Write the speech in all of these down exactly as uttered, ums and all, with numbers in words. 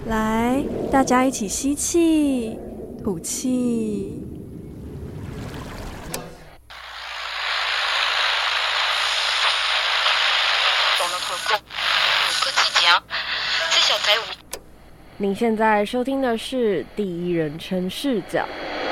来，大家一起吸气，吐气。 您现在收听的是第一人称视角。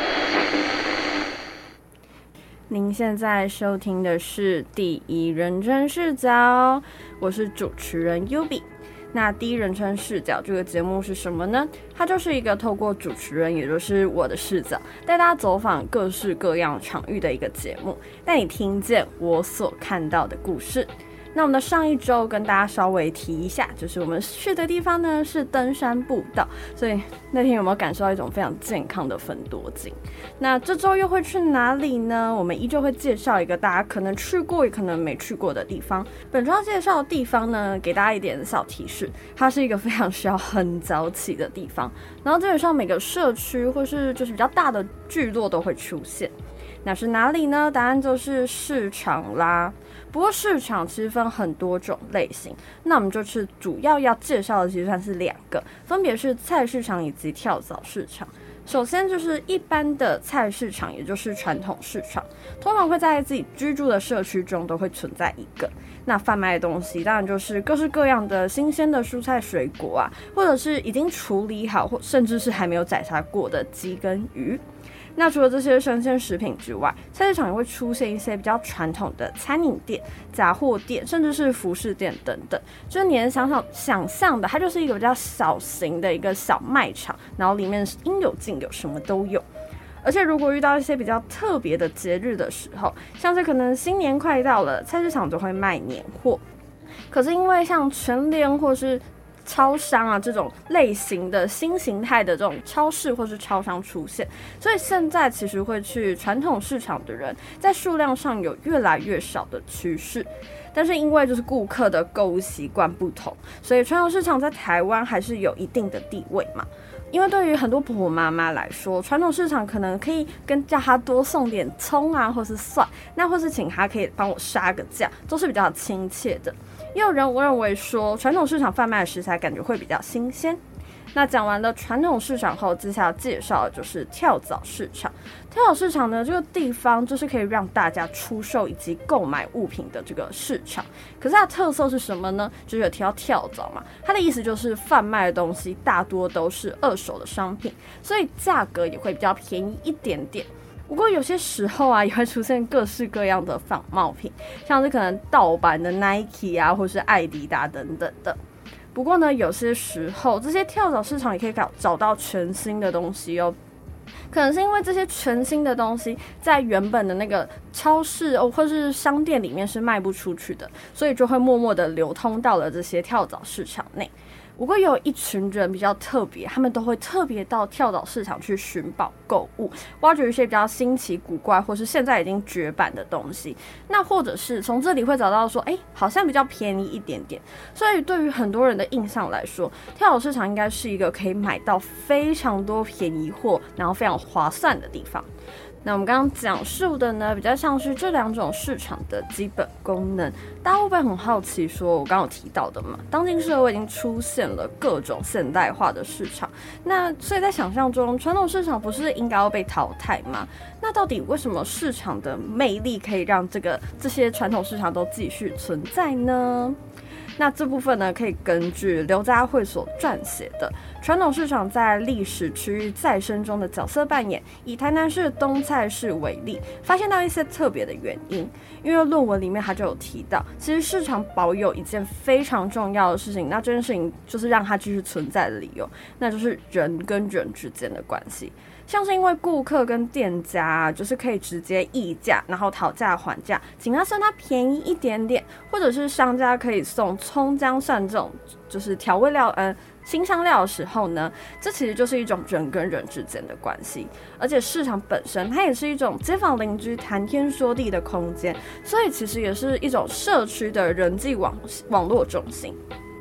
您现在收听的是第一人称视角，我是主持人 Yubi。那第一人称视角这个节目是什么呢？它就是一个透过主持人，也就是我的视角，带大家走访各式各样场域的一个节目，带你听见我所看到的故事。那我们的上一周跟大家稍微提一下，就是我们去的地方呢是登山步道，所以那天有没有感受到一种非常健康的芬多精？那这周又会去哪里呢？我们依旧会介绍一个大家可能去过也可能没去过的地方。本周要介绍的地方呢，给大家一点小提示，它是一个非常需要很早起的地方，然后基本上每个社区或是就是比较大的聚落都会出现。那是哪里呢？答案就是市场啦。不过市场其实分很多种类型，那我们就是主要要介绍的其实算是两个，分别是菜市场以及跳蚤市场。首先就是一般的菜市场，也就是传统市场，通常会在自己居住的社区中都会存在一个。那贩卖的东西当然就是各式各样的新鲜的蔬菜水果啊，或者是已经处理好或甚至是还没有宰杀过的鸡跟鱼。那除了这些生鲜食品之外，菜市场也会出现一些比较传统的餐饮店、杂货店，甚至是服饰店等等。就是你能想想想象的，它就是一个比较小型的一个小卖场，然后里面应有尽有，什么都有。而且如果遇到一些比较特别的节日的时候，像是可能新年快到了，菜市场就会卖年货。可是因为像全联或是超商啊这种类型的新形态的这种超市或是超商出现，所以现在其实会去传统市场的人在数量上有越来越少的趋势。但是因为就是顾客的购物习惯不同，所以传统市场在台湾还是有一定的地位嘛。因为对于很多婆婆妈妈来说，传统市场可能可以跟叫她多送点葱啊或是蒜，那或是请她可以帮我杀个价，都是比较亲切的。也有人认为说传统市场贩卖的食材感觉会比较新鲜。那讲完了传统市场后，接下来介绍的就是跳蚤市场。跳蚤市场呢，这个地方就是可以让大家出售以及购买物品的这个市场。可是它的特色是什么呢？就是有提到跳蚤嘛，它的意思就是贩卖的东西大多都是二手的商品，所以价格也会比较便宜一点点。不过有些时候啊，也会出现各式各样的仿冒品，像是可能盗版的 Nike 啊，或是艾迪达等等的。不过呢，有些时候这些跳蚤市场也可以找到全新的东西哦。可能是因为这些全新的东西在原本的那个超市哦或是商店里面是卖不出去的，所以就会默默的流通到了这些跳蚤市场内。不过有一群人比较特别，他们都会特别到跳蚤市场去寻宝购物，挖掘一些比较新奇古怪或是现在已经绝版的东西。那或者是从这里会找到说，哎，好像比较便宜一点点。所以对于很多人的印象来说，跳蚤市场应该是一个可以买到非常多便宜货，然后非常划算的地方。那我们刚刚讲述的呢，比较像是这两种市场的基本功能。大家会不会很好奇说，我刚刚有提到的嘛，当今社会已经出现了各种现代化的市场，那所以在想象中，传统市场不是应该要被淘汰吗？那到底为什么市场的魅力可以让这个这些传统市场都继续存在呢？那这部分呢，可以根据刘家慧所撰写的《传统市场在历史区域再生中的角色扮演》，以台南市东菜市为例，发现到一些特别的原因。因为论文里面他就有提到，其实市场保有一件非常重要的事情，那这件事情就是让它继续存在的理由，那就是人跟人之间的关系。像是因为顾客跟店家、啊、就是可以直接议价，然后讨价还价，请他算他便宜一点点，或者是商家可以送葱姜蒜这种就是调味料，嗯。新香料的时候呢，这其实就是一种人跟人之间的关系，而且市场本身它也是一种街坊邻居谈天说地的空间，所以其实也是一种社区的人际网网络中心。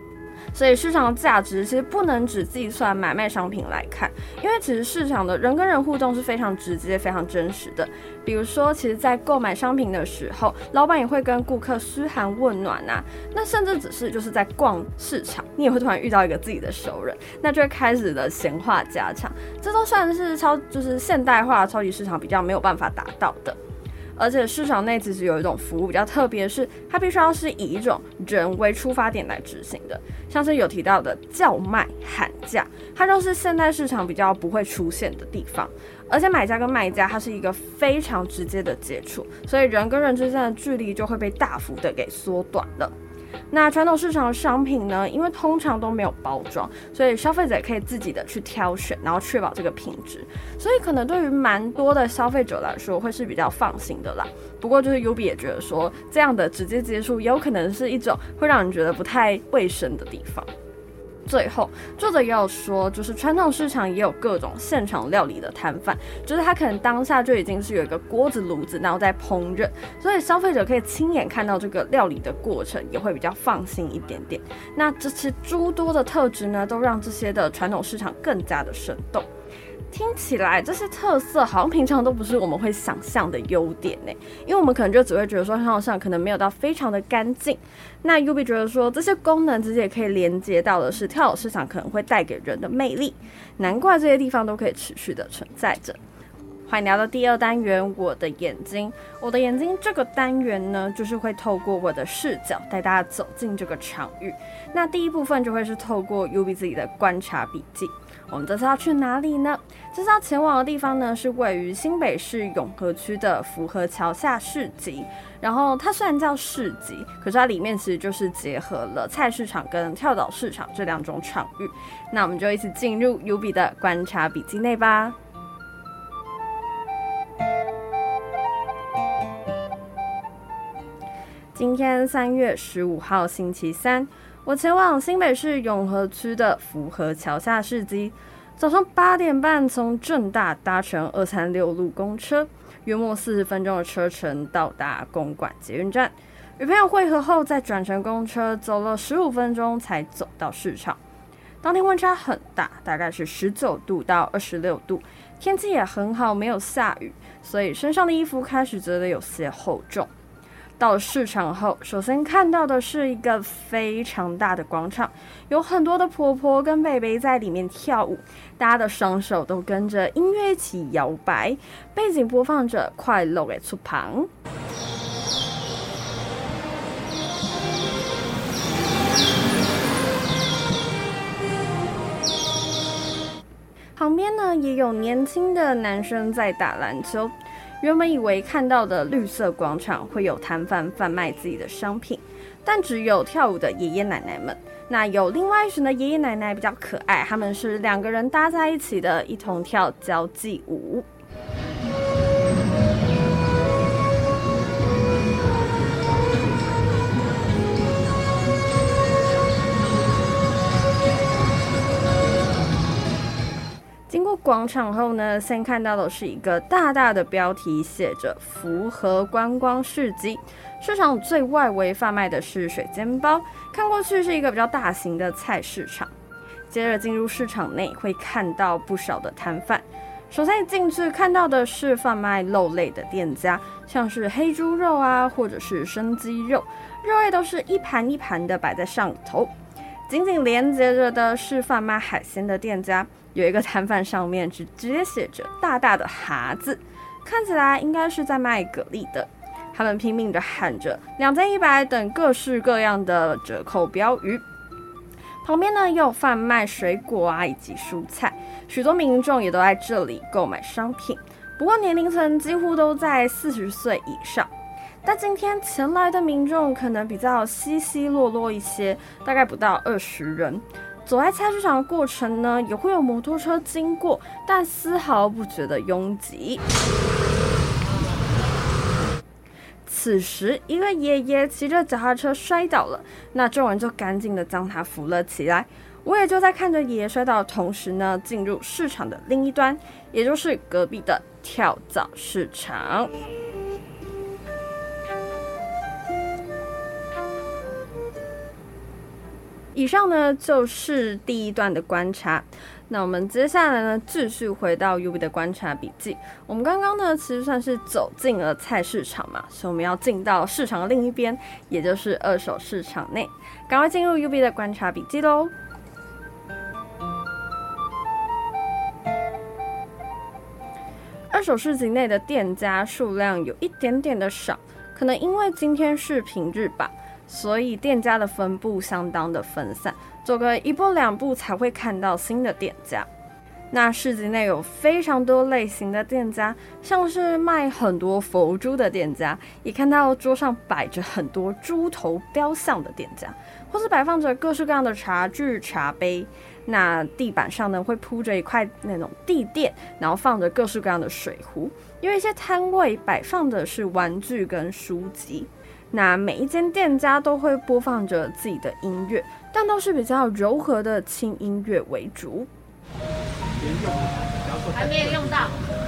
所以市场的价值其实不能只计算买卖商品来看，因为其实市场的人跟人互动是非常直接、非常真实的。比如说，其实在购买商品的时候，老板也会跟顾客嘘寒问暖啊，那甚至只是就是在逛市场，你也会突然遇到一个自己的熟人，那就会开始的闲话家常，这都算是超就是现代化超级市场比较没有办法达到的。而且市场内其实有一种服务比较特别，是它必须要是以一种人为出发点来执行的，像是有提到的叫卖、喊价，它都是现代市场比较不会出现的地方。而且买家跟卖家它是一个非常直接的接触，所以人跟人之间的距离就会被大幅的给缩短了。那传统市场的商品呢，因为通常都没有包装，所以消费者也可以自己的去挑选，然后确保这个品质，所以可能对于蛮多的消费者来说会是比较放心的啦。不过就是 Yubi 也觉得说，这样的直接接触也有可能是一种会让人觉得不太卫生的地方。最后，作者也有说，就是传统市场也有各种现场料理的摊贩，就是他可能当下就已经是有一个锅子、炉子，然后在烹饪，所以消费者可以亲眼看到这个料理的过程，也会比较放心一点点。那这些诸多的特质呢，都让这些的传统市场更加的生动。听起来这些特色好像平常都不是我们会想象的优点呢，因为我们可能就只会觉得说传统市场可能没有到非常的干净。那 Yubi 觉得说这些功能直接也可以连接到的是跳蚤市场可能会带给人的魅力，难怪这些地方都可以持续的存在着。欢迎来到第二单元，我的眼睛。我的眼睛这个单元呢，就是会透过我的视角带大家走进这个场域。那第一部分就会是透过 Yubi 自己的观察笔记。我们这次要去哪里呢？这次要前往的地方呢，是位于新北市永和区的福和桥下市集。然后它虽然叫市集，可是它里面其实就是结合了菜市场跟跳蚤市场这两种场域。那我们就一起进入 Yubi 的观察笔记内吧。今天三月十五号星期三，我前往新北市永和区的福和桥下市集。早上八点半从政大搭乘二三六路公车，约莫四十分钟的车程到达公馆捷运站。与朋友会合后，再转乘公车，走了十五分钟才走到市场。当天温差很大，大概是十九度到二十六度，天气也很好，没有下雨，所以身上的衣服开始觉得有些厚重。到了市场后，首先看到的是一个非常大的广场，有很多的婆婆跟伯伯在里面跳舞，大家的双手都跟着音乐一起摇摆，背景播放着快乐的出旁。旁边呢也有年轻的男生在打篮球。原本以为看到的绿色广场会有摊贩贩卖自己的商品，但只有跳舞的爷爷奶奶们。那有另外一群的爷爷奶奶比较可爱，他们是两个人搭在一起的，一同跳交际舞。经过广场后呢，先看到的是一个大大的标题，写着福和观光市集。市场最外围贩卖的是水煎包，看过去是一个比较大型的菜市场。接着进入市场内，会看到不少的摊贩。首先一进去看到的是贩卖肉类的店家，像是黑猪肉啊，或者是生鸡肉，肉类都是一盘一盘的摆在上头。紧紧连接着的是贩卖海鲜的店家，有一个摊贩上面直接写着大大的蛤字，看起来应该是在卖蛤蜊的。他们拼命的喊着两件一百等各式各样的折扣标语。旁边呢也有贩卖水果啊以及蔬菜，许多民众也都在这里购买商品，不过年龄层几乎都在四十岁以上。但今天前来的民众可能比较稀稀落落一些，大概不到二十人。走在菜市场的过程呢，也会有摩托车经过，但丝毫不觉得拥挤。此时，一个爷爷骑着脚踏车摔倒了，那众人就赶紧的将他扶了起来。我也就在看着爷爷摔倒的同时呢，进入市场的另一端，也就是隔壁的跳蚤市场。 以上呢就是第一段的观察。那我们接下来呢，继续回到 U B 的观察笔记。我们刚刚呢，其实算是走进了菜市场嘛，所以我们要进到市场的另一边，也就是二手市场内。赶快进入 U B 的观察笔记喽！二手市集内的店家数量有一点点的少，可能因为今天是平日吧，所以店家的分布相当的分散，走个一步两步才会看到新的店家。那市集内有非常多类型的店家，像是卖很多佛珠的店家，也看到桌上摆着很多猪头雕像的店家，或是摆放着各式各样的茶具、茶杯。那地板上呢会铺着一块那种地垫，然后放着各式各样的水壶。有一些摊位摆放的是玩具跟书籍。那每一间店家都会播放着自己的音乐，但都是比较柔和的轻音乐为主。 还没有用到。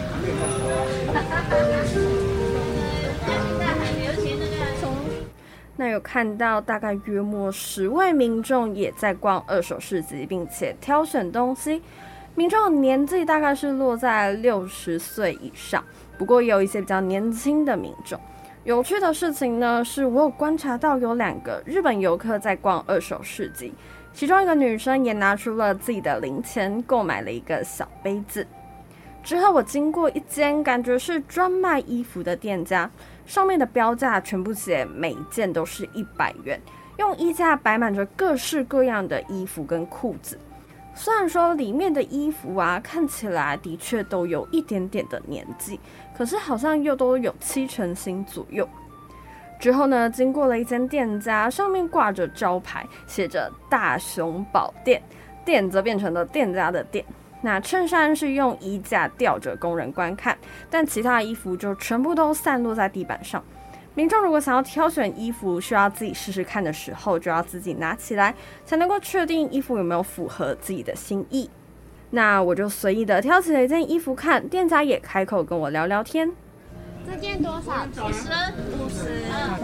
现在很流行那个。 那有看到大概约莫十位民众也在逛二手市集，并且挑选东西。民众的年纪大概是落在六十岁以上，不过也有一些比较年轻的民众。有趣的事情呢，是我有观察到有两个日本游客在逛二手市集，其中一个女生也拿出了自己的零钱，购买了一个小杯子。之后我经过一间感觉是专卖衣服的店家，上面的标价全部写每一件都是一百元，用衣架摆满着各式各样的衣服跟裤子。虽然说里面的衣服啊看起来的确都有一点点的年纪，可是好像又都有七成新左右。之后呢，经过了一间店家，上面挂着招牌，写着大雄宝店，店则变成了店家的店。那衬衫是用衣架吊着供人观看，但其他的衣服就全部都散落在地板上。民众如果想要挑选衣服，需要自己试试看的时候，就要自己拿起来，才能够确定衣服有没有符合自己的心意。那我就随意的挑起了一件衣服看，店家也开口跟我聊聊天。 这件多少？五十，五十。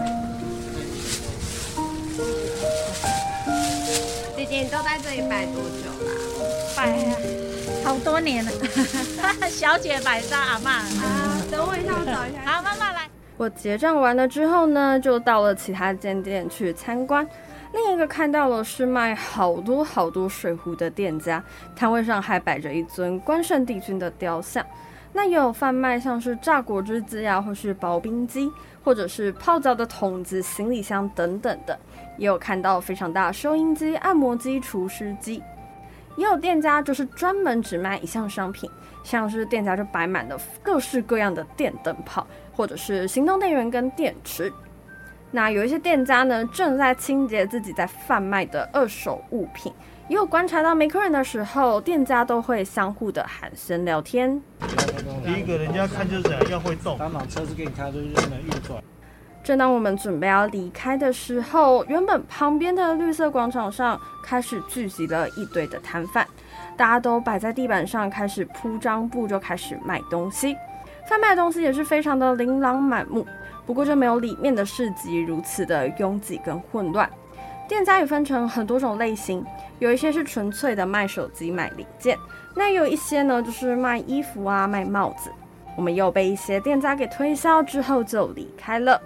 姐姐，你都在这里摆多久啦？ 摆好多年了。小姐摆上阿嬷。 啊，等我一下，我找一下。 好，妈妈来。 我结账完了之后呢，就到了其他间店去参观。另一个看到了是卖好多好多水壶的店家，摊位上还摆着一尊关圣帝君的雕像。那也有贩卖像是榨果汁机啊，或是刨冰机，或者是泡脚的桶子、行李箱等等的。也有看到非常大的收音机、按摩机、除湿机。也有店家就是专门只卖一项商品，像是店家就摆满了各式各样的电灯泡，或者是行动电源跟电池。那有一些店家呢，正在清洁自己在贩卖的二手物品。也有观察到没客人的时候，店家都会相互的寒暄聊天。 第一个人家看就是怎样要会动， 当场车子给你开，就是让人运转。 正当我们准备要离开的时候，原本旁边的绿色广场上开始聚集了一堆的摊贩，大家都摆在地板上，开始铺张布，就开始卖东西。贩卖的东西也是非常的琳琅满目，不过就没有里面的市集如此的拥挤跟混乱。店家也分成很多种类型，有一些是纯粹的卖手机、卖零件，那也有一些呢就是卖衣服啊、卖帽子。我们又被一些店家给推销之后就离开了。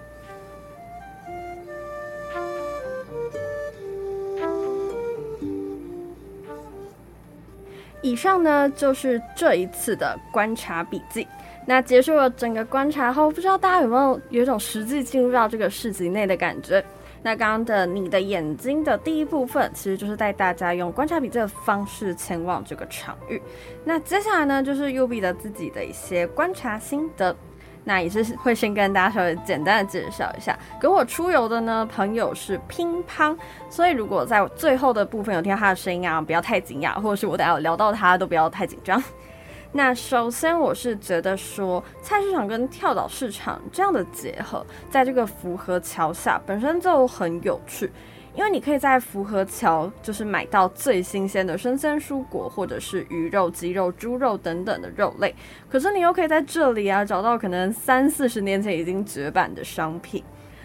以上呢就是这一次的观察笔记。那结束了整个观察后，不知道大家有没有有一种实际进入到这个市集内的感觉？那刚刚的你的眼睛的第一部分，其实就是带大家用观察笔记的方式前往这个场域。那接下来呢，就是 U B 的自己的一些观察心得。那也是会先跟大家稍微简单的介绍一下，跟我出游的呢朋友是乒乓，所以如果在最后的部分有听到他的声音啊，不要太惊讶，或者是我等下有聊到他都不要太紧张。那首先我是觉得说，菜市场跟跳蚤市场这样的结合，在这个福和桥下本身就很有趣，因为你可以在福和桥就是买到最新鲜的生鲜蔬果，或者是鱼肉、鸡肉、猪肉等等的肉类，可是你又可以在这里啊找到可能三四十年前已经绝版的商品。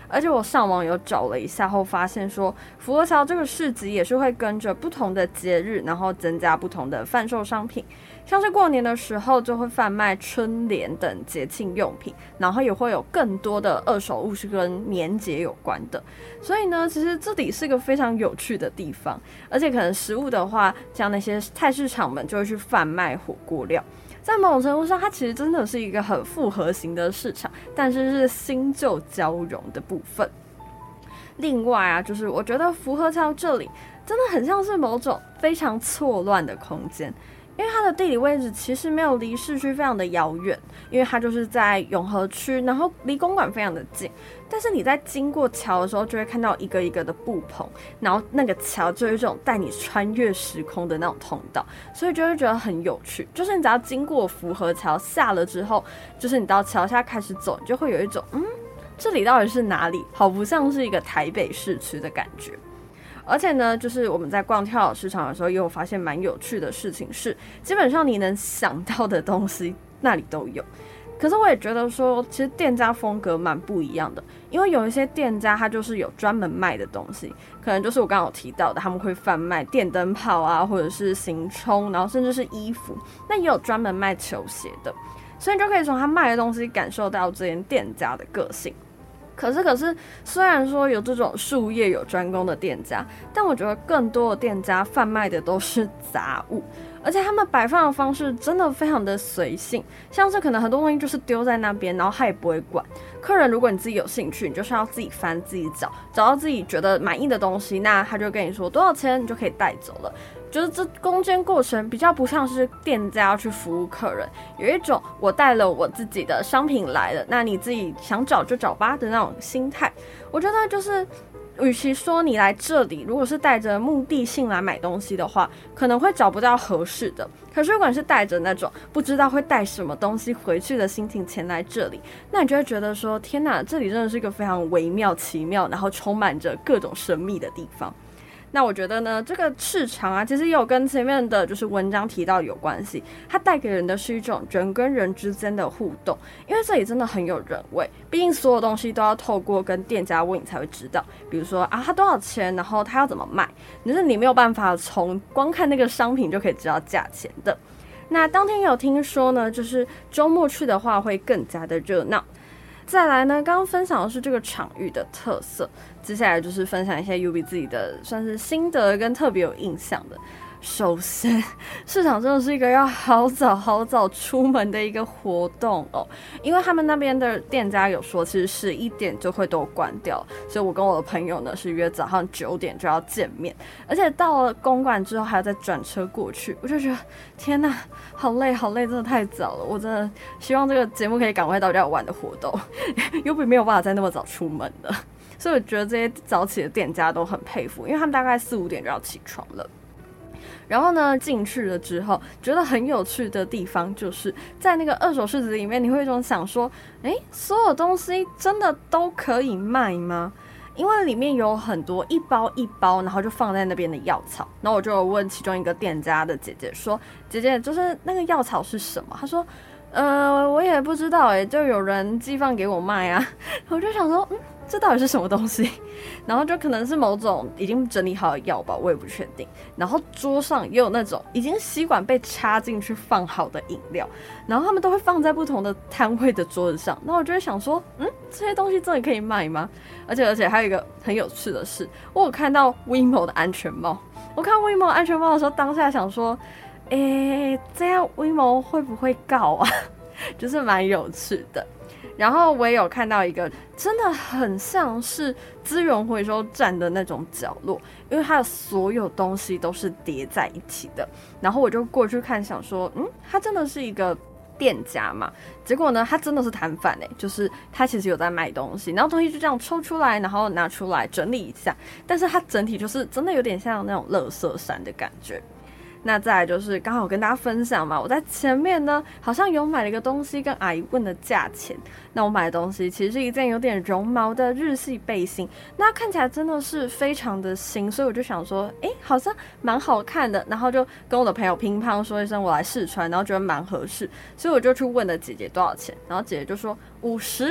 而且我上网有找了一下后发现说，福和桥这个市集也是会跟着不同的节日，然后增加不同的贩售商品。像是过年的时候就会贩卖春联等节庆用品，然后也会有更多的二手物是跟年节有关的。所以呢，其实这里是一个非常有趣的地方，而且可能食物的话，像那些菜市场们就会去贩卖火锅料。在某种程度上，它其实真的是一个很复合型的市场，但是是新旧交融的部分。另外啊，就是我觉得福和桥这里真的很像是某种非常错乱的空间。因为它的地理位置其实没有离市区非常的遥远，因为它就是在永和区，然后离公馆非常的近。但是你在经过桥的时候，就会看到一个一个的布棚，然后那个桥就有一种带你穿越时空的那种通道，所以就会觉得很有趣。就是你只要经过福和桥下了之后，就是你到桥下开始走，你就会有一种嗯，这里到底是哪里？好不像是一个台北市区的感觉。而且呢，就是我们在逛跳蚤市场的时候，也有发现蛮有趣的事情是，基本上你能想到的东西那里都有。可是我也觉得说，其实店家风格蛮不一样的，因为有一些店家他就是有专门卖的东西，可能就是我刚刚有提到的，他们会贩卖电灯泡啊，或者是行充，然后甚至是衣服，那也有专门卖球鞋的，所以你就可以从他卖的东西感受到这间店家的个性。可是，可是，虽然说有这种术业有专攻的店家，但我觉得更多的店家贩卖的都是杂物，而且他们摆放的方式真的非常的随性，像是可能很多东西就是丢在那边，然后他也不会管。客人如果你自己有兴趣，你就是要自己翻自己找，找到自己觉得满意的东西，那他就跟你说多少钱，你就可以带走了。就是这中间过程比较不像是店家要去服务客人，有一种我带了我自己的商品来了，那你自己想找就找吧的那种心态。我觉得就是与其说你来这里如果是带着目的性来买东西的话，可能会找不到合适的。可是如果你是带着那种不知道会带什么东西回去的心情前来这里，那你就会觉得说天哪，这里真的是一个非常微妙奇妙，然后充满着各种神秘的地方。那我觉得呢，这个市场啊，其实也有跟前面的就是文章提到有关系，它带给人的是一种人跟人之间的互动，因为这里真的很有人味，毕竟所有东西都要透过跟店家问你才会知道，比如说啊，它多少钱，然后它要怎么卖，就是你没有办法从光看那个商品就可以知道价钱的。那当天有听说呢，就是周末去的话会更加的热闹。再来呢，刚刚分享的是这个场域的特色，接下来就是分享一些 Yubi 自己的算是心得跟特别有印象的。首先，市场真的是一个要好早好早出门的一个活动哦，因为他们那边的店家有说，其实十一点就会都关掉，所以我跟我的朋友呢是约早上九点就要见面，而且到了公馆之后还要再转车过去，我就觉得天哪，好累好累，真的太早了，我真的希望这个节目可以赶快到比较晚的活动，又没有办法再那么早出门了，所以我觉得这些早起的店家都很佩服，因为他们大概四五点就要起床了。然后呢，进去了之后，觉得很有趣的地方就是在那个二手市集里面，你会有一种想说，诶，所有东西真的都可以卖吗？因为里面有很多一包一包，然后就放在那边的药草。然后我就有问其中一个店家的姐姐说，姐姐，就是那个药草是什么？她说，呃，我也不知道，诶，就有人寄放给我卖啊。我就想说，嗯。这到底是什么东西？然后就可能是某种已经整理好的药吧，我也不确定。然后桌上也有那种已经吸管被插进去放好的饮料，然后他们都会放在不同的摊位的桌子上。那我就会想说，嗯，这些东西真的可以卖吗？而且而且还有一个很有趣的是，我有看到 Wemo 的安全帽。我看 Wemo 安全帽的时候，当下想说，诶，这样 Wemo 会不会告啊？就是蛮有趣的。然后我也有看到一个真的很像是资源回收站的那种角落，因为它的所有东西都是叠在一起的。然后我就过去看，想说，嗯，它真的是一个店家嘛？结果呢，它真的是摊贩欸，就是它其实有在卖东西，然后东西就这样抽出来，然后拿出来整理一下，但是它整体就是真的有点像那种垃圾山的感觉。那再来就是刚好跟大家分享嘛，我在前面呢好像有买了一个东西，跟阿姨问的价钱。那我买的东西其实是一件有点绒毛的日系背心，那看起来真的是非常的新，所以我就想说，诶，好像蛮好看的，然后就跟我的朋友乒乓说一声我来试穿，然后觉得蛮合适，所以我就去问了姐姐多少钱，然后姐姐就说五十。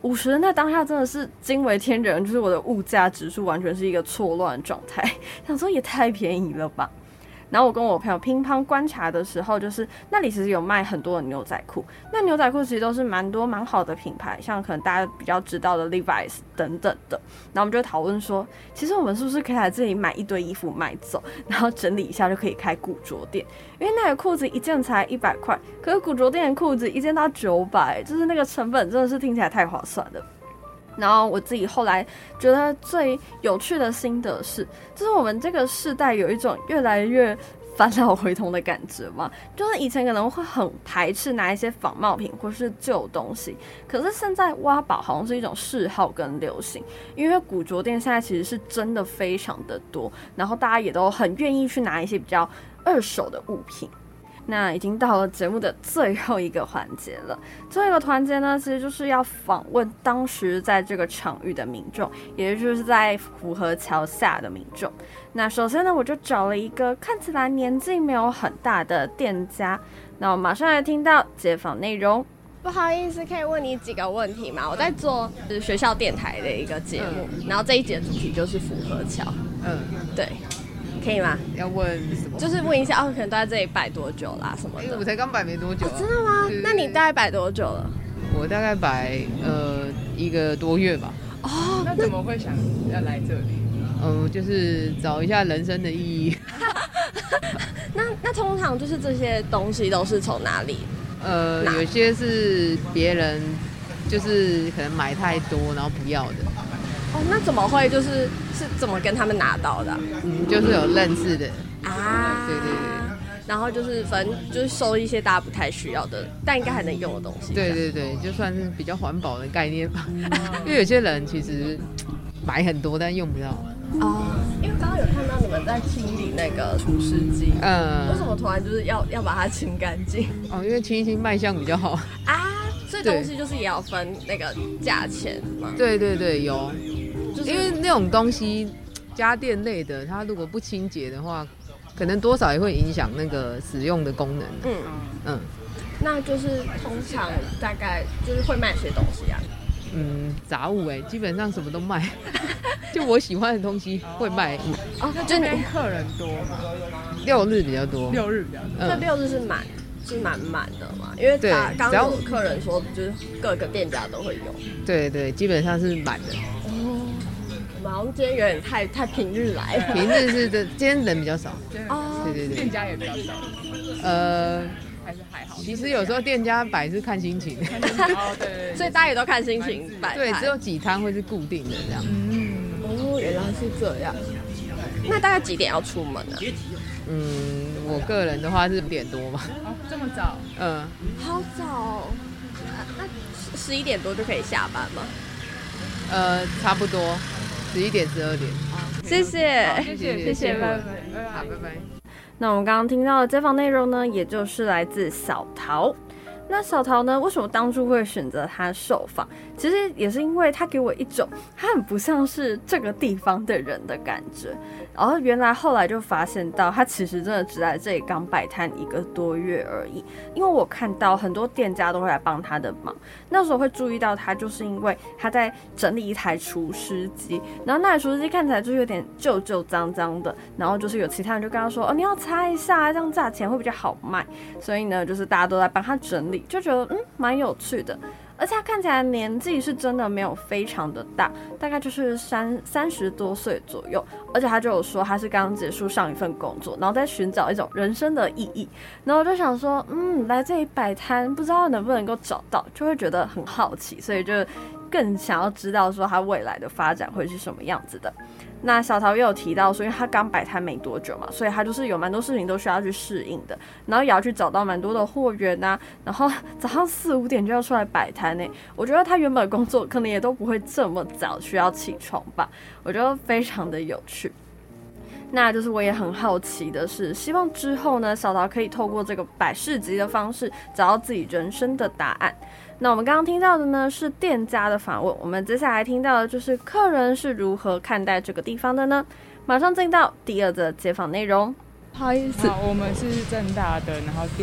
五十那当下真的是惊为天人，就是我的物价指数完全是一个错乱的状态，想说也太便宜了吧。然后我跟我朋友乒乓观察的时候，就是那里其实有卖很多的牛仔裤，那牛仔裤其实都是蛮多蛮好的品牌，像可能大家比较知道的 Levi's 等等的。然后我们就讨论说，其实我们是不是可以来这里买一堆衣服买走，然后整理一下就可以开古着店，因为那个裤子一件才一百块，可是古着店的裤子一件到九百，就是那个成本真的是听起来太划算了。然后我自己后来觉得最有趣的心得是，就是我们这个世代有一种越来越返老回童的感觉嘛，就是以前可能会很排斥拿一些仿冒品或是旧东西，可是现在挖宝好像是一种嗜好跟流行，因为古着店现在其实是真的非常的多，然后大家也都很愿意去拿一些比较二手的物品。那已经到了节目的最后一个环节了，最后一个环节呢，其实就是要访问当时在这个场域的民众，也就是在福和桥下的民众。那首先呢，我就找了一个看起来年纪没有很大的店家，那我马上来听到街访内容。 不好意思，可以问你几个问题吗？我在做就是学校电台的一个节目，嗯、然后这一节主题就是福和桥。嗯，对。可以吗？ 要问什么？ 就是问一下，哦，可能都在这里摆多久啦，什么的。 因为我才刚摆没多久、啊哦。真的吗？那你大概摆多久了？ 我大概摆呃一个多月吧。 哦， 那怎么会想要来这里？嗯、呃，就是找一下人生的意义。 那那通常就是这些东西都是从哪里？ 呃，有些是别人就是可能买太多然后不要的。 哦，那怎么会就是是怎么跟他们拿到的、啊？ 嗯，就是有认识的啊， 对对对， 然后就是反正就是收一些大家不太需要的，但应该还能用的东西。 对对对，就算是比较环保的概念吧。因为有些人其实买很多但用不到。 哦，因为刚刚有看到你们在清理那个除湿机，嗯，为什么突然就是要要把它清干净？ 哦，因为清一清卖相比较好啊，所以东西就是也要分那个价钱嘛。 对对对，有。就是、因为那种东西，家电类的，它如果不清洁的话，可能多少也会影响那个使用的功能。嗯嗯， 那就是通常大概就是会卖些东西啊。 嗯，杂物哎、欸，基本上什么都卖，就我喜欢的东西会卖。 哦，那这边客人多吗？六日比较多。六日比较多。 那、嗯、六日是满。是满满的嘛，因为他刚刚有客人说，就是各个店家都会有。 对对，基本上是满的。 哦，我们好像今天有点太太平日来了。 平日是的，今天人比较少。 哦， 对对对， 店家也比较少。 呃， 还是还好。 其实有时候店家摆是看心情。 哦，对对。 所以大家也都看心情摆。 对，只有几摊会是固定的这样。 嗯，哦，原来是这样。那大概几点要出门呢、啊？ 嗯，我个人的话是五点多吧。 哦，这么早？ 嗯， 好早、哦。那十一点多就可以下班吗？ 呃，差不多，十一点、十二点。 谢谢， 谢谢，谢谢，拜拜， 好，拜拜。 那我们刚刚听到的街访内容呢，也就是来自小桃。那小桃呢，为什么当初会选择他受访？其实也是因为他给我一种他很不像是这个地方的人的感觉。然后原来后来就发现到，他其实真的只在这里刚摆摊一个多月而已。因为我看到很多店家都会来帮他的忙，那时候会注意到他，就是因为他在整理一台除湿机，然后那台除湿机看起来就是有点旧旧脏脏的，然后就是有其他人就跟他说，哦，你要擦一下，这样价钱会比较好卖。所以呢，就是大家都在帮他整理，就觉得嗯蛮有趣的。而且他看起来年纪是真的没有非常的大，大概就是三三十多岁左右。而且他就有说他是刚结束上一份工作，然后在寻找一种人生的意义。然后我就想说，嗯，来这里摆摊，不知道能不能够找到，就会觉得很好奇，所以就更想要知道说他未来的发展会是什么样子的。那小桃也有提到说，因为他刚摆摊没多久嘛，所以他就是有蛮多事情都需要去适应的，然后也要去找到蛮多的货源啊，然后早上四五点就要出来摆摊呢。我觉得他原本的工作可能也都不会这么早需要起床吧，我觉得非常的有趣。那就是我也很好奇的是，希望之后呢，小桃可以透过这个摆市集的方式，找到自己人生的答案。那我们刚刚听到的呢是店家的访问，我们接下来听到的就是客人是如何看待这个地方的呢？马上进到第二则街访内容。 不好意思， 我们是政大的，然后电台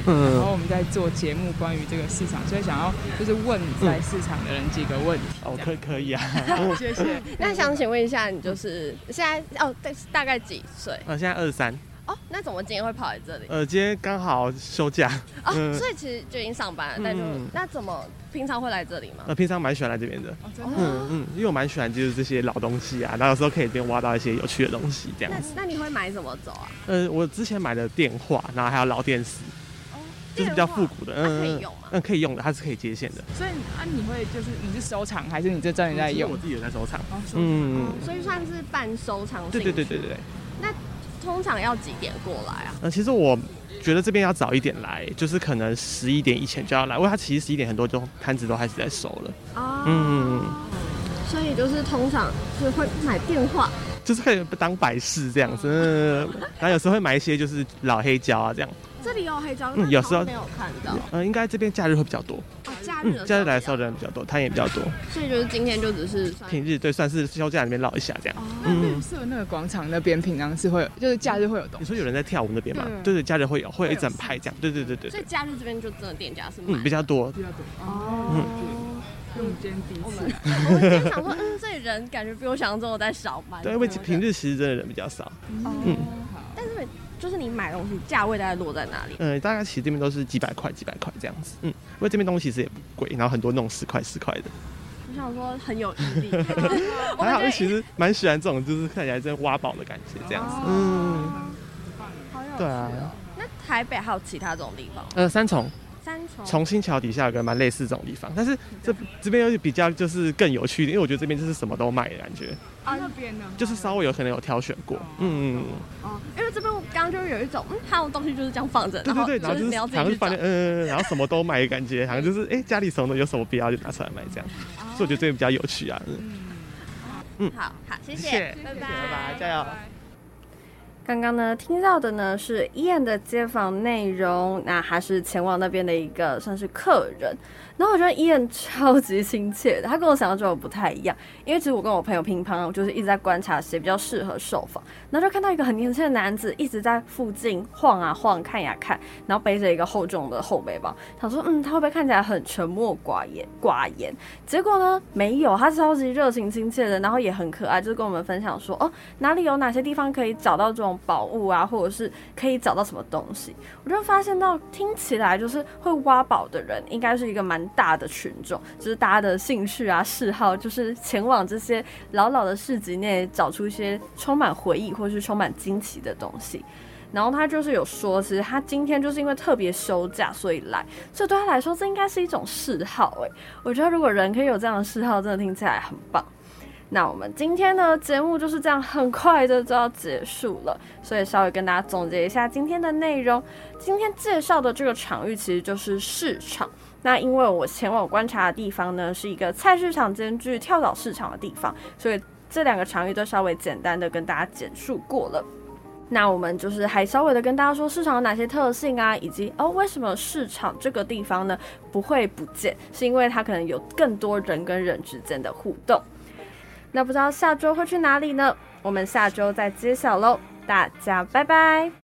嗯，然后我们在做节目关于这个市场，所以想要就是问在市场的人几个问题。 哦，可可以啊， 谢谢。 那想请问一下，你就是现在哦，大大概几岁？ 呃，现在二十三。 哦，那怎么今天会跑来这里？ 呃，今天刚好休假。 哦， 嗯、 所以其实就已经上班了，但就、嗯、那怎么平常会来这里吗？ 呃，平常蛮喜欢来这边的。 哦，真的。 嗯嗯，因为我蛮喜欢就是这些老东西啊，然后有时候可以这边挖到一些有趣的东西这样子。 那那你会买什么走啊？ 呃，我之前买的电话，然后还有老电视。就是比较复古的， 嗯，可以用吗？ 嗯，可以用的，它是可以接线的。 所以啊，你会就是你是收藏，还是你这真的在用？ 我自己也在收藏。 哦， 嗯， 所以算是半收藏性。 对对对对对。 那通常要几点过来啊？ 呃，其实我觉得这边要早一点来，就是可能十一点以前就要来，因为它其实十一点很多就摊子都开始在收了。 哦。嗯。所以就是通常是会买电话。 就是可以当摆饰这样子，嗯，然后有时候会买一些就是老黑胶啊这样。 这里有黑胶， 嗯，有时候没有看到。 嗯，应该这边假日会比较多。 哦，假日、 嗯，假日来的时候人比较多，摊也比较多。 所以就是今天就只是平日，对，算是休假里面绕一下这样。 哦，那绿色那个广场那边平常是会有，就是假日会有东西。 你说有人在跳舞那边吗？对对，假日会有，会有一整排这样。对对对对。 所以假日这边就真的店家是嗯比较多。 比较多。 哦。嗯。 用今天第一次， 我们我们今天想说，嗯，这里人感觉比我想象中的再少蛮。 对，因为平日其实真的人比较少。 嗯，但是就是你买东西价位大概落在哪里？ 呃，大概其实这边都是几百块、几百块这样子。嗯，因为这边东西其实也不贵，然后很多那种十块、十块的。 我想说很有毅力。 还好，其实蛮喜欢这种，就是看起来真挖宝的感觉这样子。嗯， 好有趣。 对啊。 那台北还有其他这种地方？ 呃，三重。 三重重新桥底下有个蛮类似这种地方，但是这这边又比较就是更有趣一点，因为我觉得这边就是什么都卖的感觉。 啊，那边呢？ 就是稍微有可能有挑选过，嗯嗯。 哦，因为这边我刚刚就有一种，嗯，它的东西就是这样放着， 对对对，然后就是好像是放在嗯，然后什么都卖的感觉，好像就是哎、欸、家里什么有什么必要就拿出来卖这样，所以我觉得这边比较有趣啊。嗯嗯，好好，谢谢，拜拜， 拜拜，加油。 刚刚呢听到的呢是Ian的街访内容，那他是前往那边的一个算是客人，然后我觉得Ian超级亲切的，他跟我想象中的不太一样，因为其实我跟我朋友乒乓，我就是一直在观察谁比较适合受访，然后就看到一个很年轻的男子一直在附近晃啊晃看呀看，然后背着一个厚重的后背包，想说嗯他会不会看起来很沉默寡言寡言，结果呢没有，他超级热情亲切的，然后也很可爱，就是跟我们分享说哦哪里有哪些地方可以找到这种宝物啊，或者是可以找到什么东西，我就发现到听起来就是会挖宝的人应该是一个蛮大的群众，就是大家的兴趣啊嗜好就是前往这些老老的市集内找出一些充满回忆或是充满惊奇的东西。然后他就是有说，其实他今天就是因为特别休假所以来，所以对他来说这应该是一种嗜好。哎，我觉得如果人可以有这样的嗜好，真的听起来很棒。那我们今天的节目就是这样，很快的就要结束了，所以稍微跟大家总结一下今天的内容。今天介绍的这个场域其实就是市场。那因为我前往观察的地方呢，是一个菜市场兼具跳蚤市场的地方，所以这两个场域都稍微简单的跟大家简述过了。那我们就是还稍微的跟大家说市场有哪些特性啊，以及哦为什么市场这个地方呢不会不见，是因为它可能有更多人跟人之间的互动。那不知道下周会去哪里呢？我们下周再揭晓喽，大家拜拜。